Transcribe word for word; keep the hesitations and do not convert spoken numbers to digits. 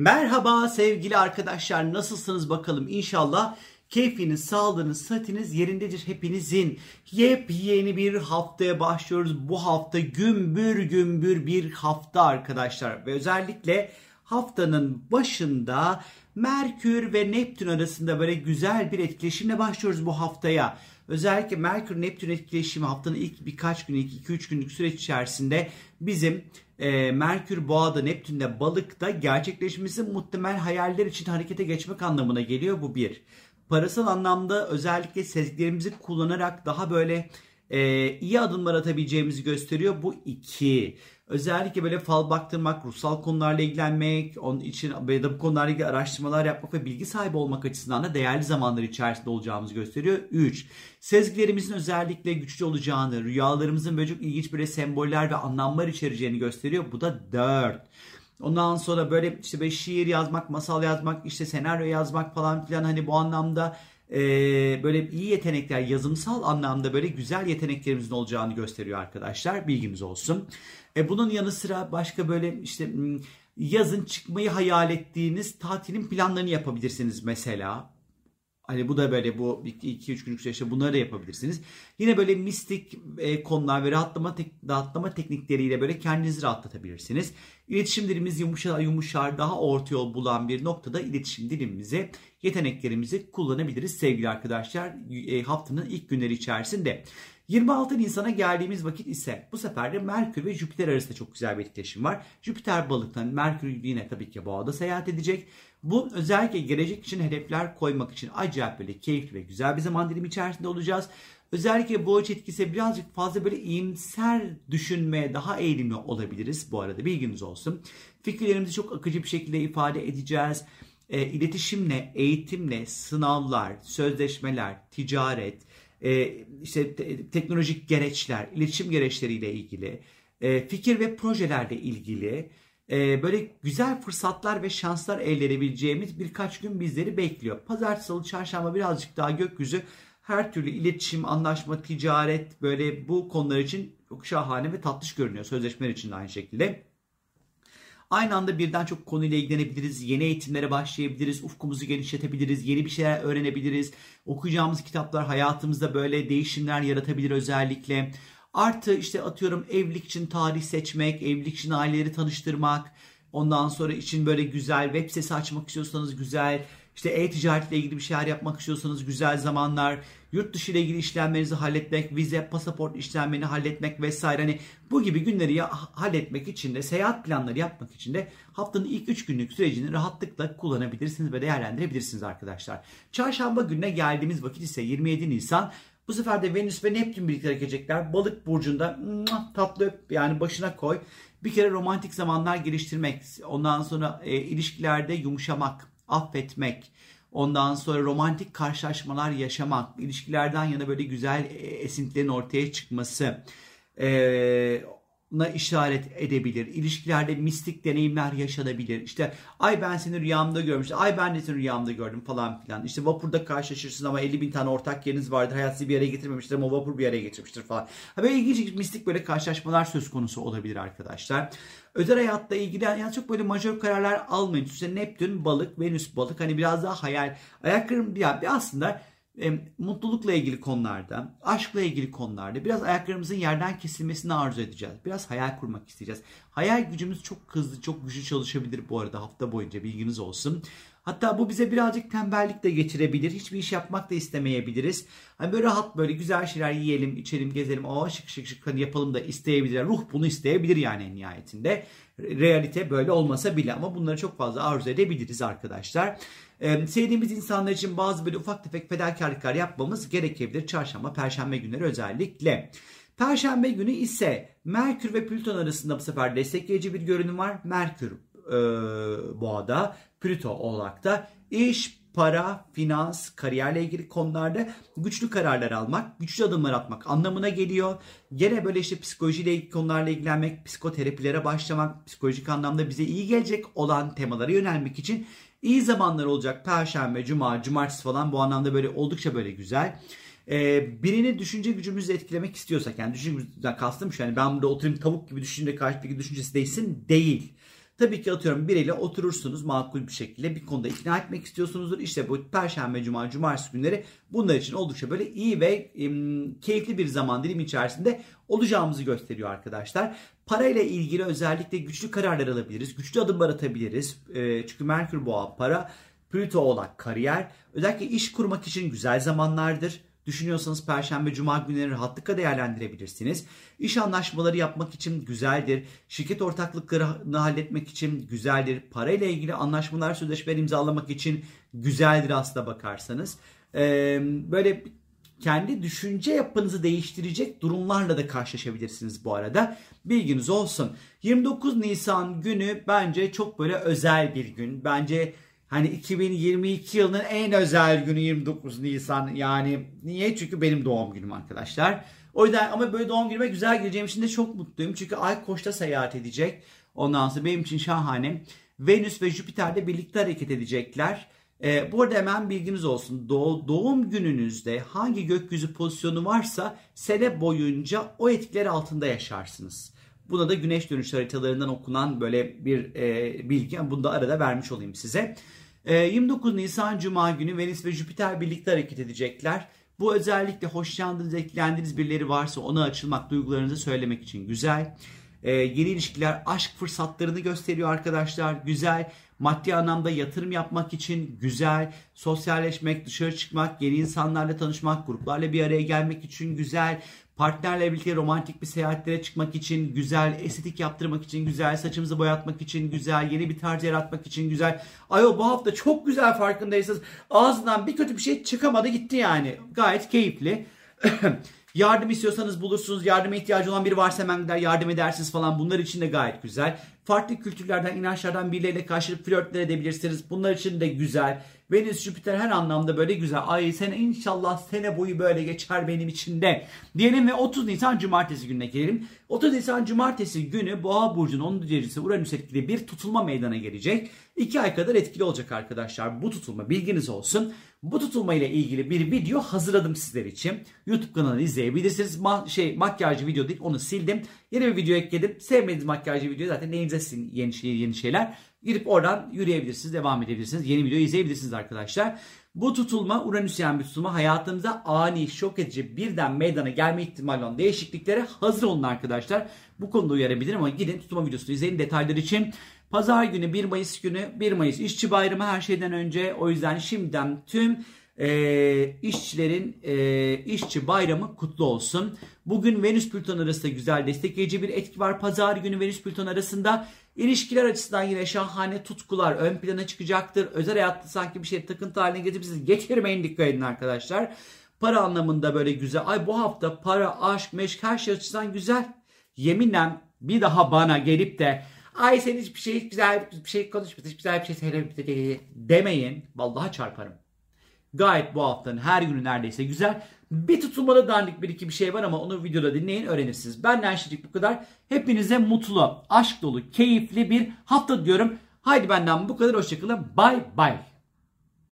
Merhaba sevgili arkadaşlar, nasılsınız bakalım? İnşallah keyfiniz, sağlığınız, sıhhatiniz yerindedir hepinizin. Yepyeni bir haftaya başlıyoruz. Bu hafta gümbür gümbür bir hafta arkadaşlar. Ve özellikle haftanın başında Merkür ve Neptün arasında böyle güzel bir etkileşimle başlıyoruz bu haftaya. Özellikle Merkür-Neptün etkileşimi haftanın ilk birkaç gün, ilk iki üç günlük süreç içerisinde bizim e, Merkür Boğa'da, Neptün'de Balık'ta gerçekleşmesi muhtemel hayaller için harekete geçmek anlamına geliyor. Bu bir. Parasal anlamda özellikle sezgilerimizi kullanarak daha böyle e, iyi adımlar atabileceğimizi gösteriyor. Bu iki. Özellikle böyle fal baktırmak, ruhsal konularla ilgilenmek, onun için ya da bu konularla ilgili araştırmalar yapmak ve bilgi sahibi olmak açısından da değerli zamanlar içerisinde olacağımızı gösteriyor. üç. Sezgilerimizin özellikle güçlü olacağını, rüyalarımızın böyle çok ilginç böyle semboller ve anlamlar içereceğini gösteriyor. Bu da dört. Ondan sonra böyle işte böyle şiir yazmak, masal yazmak, işte senaryo yazmak falan filan, hani bu anlamda e, böyle iyi yetenekler, yazımsal anlamda böyle güzel yeteneklerimizin olacağını gösteriyor arkadaşlar. Bilgimiz olsun. E, bunun yanı sıra başka böyle işte yazın çıkmayı hayal ettiğiniz tatilin planlarını yapabilirsiniz mesela. Hani bu da böyle bu iki üç günlük süreçte bunları da yapabilirsiniz. Yine böyle mistik e, konular ve rahatlama, tek, rahatlama teknikleriyle böyle kendinizi rahatlatabilirsiniz. İletişim dilimiz yumuşar, yumuşar, daha orta yol bulan bir noktada iletişim dilimizi, yeteneklerimizi kullanabiliriz sevgili arkadaşlar e, haftanın ilk günleri içerisinde. yirmi altı Nisan'a geldiğimiz vakit ise bu sefer de Merkür ve Jüpiter arasında çok güzel bir etkileşim var. Jüpiter Balık'tan, Merkür yine tabii ki Boğa'da seyahat edecek. Bu özellikle gelecek için hedefler koymak için acayip böyle keyifli ve güzel bir zaman dilimi içerisinde olacağız. Özellikle bu açı etkisi birazcık fazla böyle iyimser düşünmeye daha eğilimli olabiliriz. Bu arada bilginiz olsun. Fikirlerimizi çok akıcı bir şekilde ifade edeceğiz. E, iletişimle, eğitimle, sınavlar, sözleşmeler, ticaret, e, işte te- teknolojik gereçler, iletişim gereçleriyle ilgili, e, fikir ve projelerle ilgili e, böyle güzel fırsatlar ve şanslar elde edebileceğimiz birkaç gün bizleri bekliyor. Pazartesi, Salı, Çarşamba birazcık daha gökyüzü her türlü iletişim, anlaşma, ticaret böyle bu konular için çok şahane ve tatlış görünüyor. Sözleşmeler için de aynı şekilde. Aynı anda birden çok konuyla ilgilenebiliriz, yeni eğitimlere başlayabiliriz, ufkumuzu genişletebiliriz, yeni bir şeyler öğrenebiliriz. Okuyacağımız kitaplar hayatımızda böyle değişimler yaratabilir özellikle. Artı işte atıyorum evlilik için tarih seçmek, evlilik için aileleri tanıştırmak, ondan sonra için böyle güzel web sitesi açmak istiyorsanız güzel, işte e-ticaretle ilgili bir şeyler yapmak istiyorsanız güzel zamanlar, yurt dışı ile ilgili işlemlerinizi halletmek, vize, pasaport işlemlerini halletmek vesaire, hani bu gibi günleri ya, halletmek için de, seyahat planları yapmak için de haftanın ilk üç günlük sürecini rahatlıkla kullanabilirsiniz ve değerlendirebilirsiniz arkadaşlar. Çarşamba gününe geldiğimiz vakit ise yirmi yedi Nisan. Bu sefer de Venüs ve Neptün birlikte hareket edecekler. Balık burcunda tatlı, yani başına koy. Bir kere romantik zamanlar geliştirmek, ondan sonra e, ilişkilerde yumuşamak, affetmek, ondan sonra romantik karşılaşmalar yaşamak, ilişkilerden yana böyle güzel esintilerin ortaya çıkması ee, na işaret edebilir. İlişkilerde mistik deneyimler yaşanabilir. İşte ay ben seni rüyamda görmüştüm, ay ben de seni rüyamda gördüm falan filan. İşte vapurda karşılaşırsınız ama elli bin tane ortak yeriniz vardır. Hayat sizi bir yere getirmemiştir ama vapur bir yere getirmiştir falan. Ha, böyle ilginç mistik böyle karşılaşmalar söz konusu olabilir arkadaşlar. Özel hayatla ilgili yani çok böyle majör kararlar almayın. İşte Neptün Balık, Venüs Balık, hani biraz daha hayal. Ayaklarım ya bir aslında e, mutlulukla ilgili konularda, aşkla ilgili konularda biraz ayaklarımızın yerden kesilmesini arzu edeceğiz. Biraz hayal kurmak isteyeceğiz. Hayal gücümüz çok hızlı, çok güçlü çalışabilir bu arada hafta boyunca, bilginiz olsun. Hatta bu bize birazcık tembellik de getirebilir. Hiçbir iş yapmak da istemeyebiliriz. Hani böyle rahat böyle güzel şeyler yiyelim, içelim, gezelim. Aa şık şık şık hani yapalım da isteyebilir. Ruh bunu isteyebilir yani en nihayetinde. Realite böyle olmasa bile ama bunları çok fazla arzu edebiliriz arkadaşlar. Ee, sevdiğimiz insanlar için bazı böyle ufak tefek fedakarlıklar yapmamız gerekebilir. Çarşamba, Perşembe günleri özellikle. Perşembe günü ise Merkür ve Plüton arasında bu sefer destekleyici bir görünüm var. Merkür e, Boğa'da, Plüto Oğlak'ta. İş, para, finans, kariyerle ilgili konularda güçlü kararlar almak, güçlü adımlar atmak anlamına geliyor. Gene böyle işte psikolojiyle ilgili konularla ilgilenmek, psikoterapilere başlamak, psikolojik anlamda bize iyi gelecek olan temalara yönelmek için iyi zamanlar olacak. Perşembe, Cuma, Cumartesi falan bu anlamda böyle oldukça böyle güzel. Ee, birini düşünce gücümüzle etkilemek istiyorsak, yani düşünce gücümüzden kastım şu, yani ben burada oturayım tavuk gibi düşünce karşıdaki düşüncesi değilsin değil. Tabii ki atıyorum biriyle oturursunuz makul bir şekilde, bir konuda ikna etmek istiyorsunuzdur. İşte bu Perşembe, Cuma, Cumartesi günleri bunlar için oldukça böyle iyi ve e, keyifli bir zaman dilimi içerisinde olacağımızı gösteriyor arkadaşlar. Parayla ilgili özellikle güçlü kararlar alabiliriz, güçlü adımlar atabiliriz. E, çünkü Merkür Boğa para, Plüto Oğlak kariyer. Özellikle iş kurmak için güzel zamanlardır. Düşünüyorsanız Perşembe, Cuma günleri rahatlıkla değerlendirebilirsiniz. İş anlaşmaları yapmak için güzeldir. Şirket ortaklıklarını halletmek için güzeldir. Parayla ilgili anlaşmalar, sözleşmeler imzalamak için güzeldir aslına bakarsanız. Ee, böyle kendi düşünce yapınızı değiştirecek durumlarla da karşılaşabilirsiniz bu arada. Bilginiz olsun. yirmi dokuz Nisan günü bence çok böyle özel bir gün. Bence hani iki bin yirmi iki yılının en özel günü yirmi dokuz Nisan. Yani niye? Çünkü benim doğum günüm arkadaşlar. O yüzden ama böyle doğum günüme güzel gireceğim için de çok mutluyum. Çünkü Ay Koç'ta seyahat edecek. Ondan sonra benim için şahane. Venüs ve Jüpiter de birlikte hareket edecekler. Ee, bu arada hemen bilginiz olsun. Doğ, doğum gününüzde hangi gökyüzü pozisyonu varsa sene boyunca o etkiler altında yaşarsınız. Buna da güneş dönüş haritalarından okunan böyle bir e, bilgi. Bunu da arada vermiş olayım size. E, yirmi dokuz Nisan Cuma günü Venüs ve Jüpiter birlikte hareket edecekler. Bu özellikle hoşlandığınız, etkilendiğiniz birileri varsa ona açılmak, duygularınızı söylemek için güzel. E, yeni ilişkiler, aşk fırsatlarını gösteriyor arkadaşlar. Güzel. Maddi anlamda yatırım yapmak için güzel. Sosyalleşmek, dışarı çıkmak, yeni insanlarla tanışmak, gruplarla bir araya gelmek için güzel. Partnerle birlikte romantik bir seyahatlere çıkmak için güzel, estetik yaptırmak için güzel, saçımızı boyatmak için güzel, yeni bir tarz yaratmak için güzel. Ayo bu hafta çok güzel, farkındaysanız ağzından bir kötü bir şey çıkamadı gitti yani. Gayet keyifli. Yardım istiyorsanız bulursunuz. Yardıma ihtiyacı olan biri varsa hemen gider yardım edersiniz falan. Bunlar için de gayet güzel. Farklı kültürlerden, inançlardan birileriyle karşılık flörtler edebilirsiniz. Bunlar için de güzel. Venüs, Jüpiter her anlamda böyle güzel. Ay sene inşallah sene boyu böyle geçer benim için de diyelim ve otuz Nisan Cumartesi gününe gelelim. otuz Nisan Cumartesi günü Boğa burcunun onuncu derecesi Uranüs etkili bir tutulma meydana gelecek. iki ay kadar etkili olacak arkadaşlar bu tutulma, bilginiz olsun. Bu tutulma ile ilgili bir video hazırladım sizler için. YouTube kanalını izleyebilirsiniz. Ma şey makyajcı video değil, onu sildim. Yeni bir video ekledim. Sevmediğiniz makyajcı video zaten neyinize silin yeni, şey, yeni şeyler. Girip oradan yürüyebilirsiniz, devam edebilirsiniz. Yeni video izleyebilirsiniz arkadaşlar. Bu tutulma Uranüsyen bir tutulma. Hayatımıza ani, şok edici, birden meydana gelme ihtimali olan değişikliklere hazır olun arkadaşlar. Bu konuda uyarabilirim ama gidin tutulma videosunu izleyin detaylar için. Pazar günü bir Mayıs günü, bir Mayıs işçi bayramı her şeyden önce. O yüzden şimdiden tüm e, işçilerin e, işçi bayramı kutlu olsun. Bugün Venüs Plüton arasında güzel destekleyici bir etki var. Pazar günü Venüs Plüton arasında ilişkiler açısından yine şahane tutkular ön plana çıkacaktır. Özel hayatta sanki bir şey takıntı haline getirip siz getirmeyin, dikkat edin arkadaşlar. Para anlamında böyle güzel. Ay bu hafta para, aşk, meşk her şey açısından güzel. Yeminle bir daha bana gelip de ay sen hiçbir şey güzel bir şey konuşmadın, hiç güzel bir şey söylemedin demeyin. Vallahi çarparım. Gayet bu haftanın her günü neredeyse güzel. Bir tutulmada dandik bir iki bir şey var ama onu videoda dinleyin, öğrenirsiniz. Benden şimdilik bu kadar. Hepinize mutlu, aşk dolu, keyifli bir hafta diyorum. Haydi benden bu kadar. Hoşçakalın. Bye bye.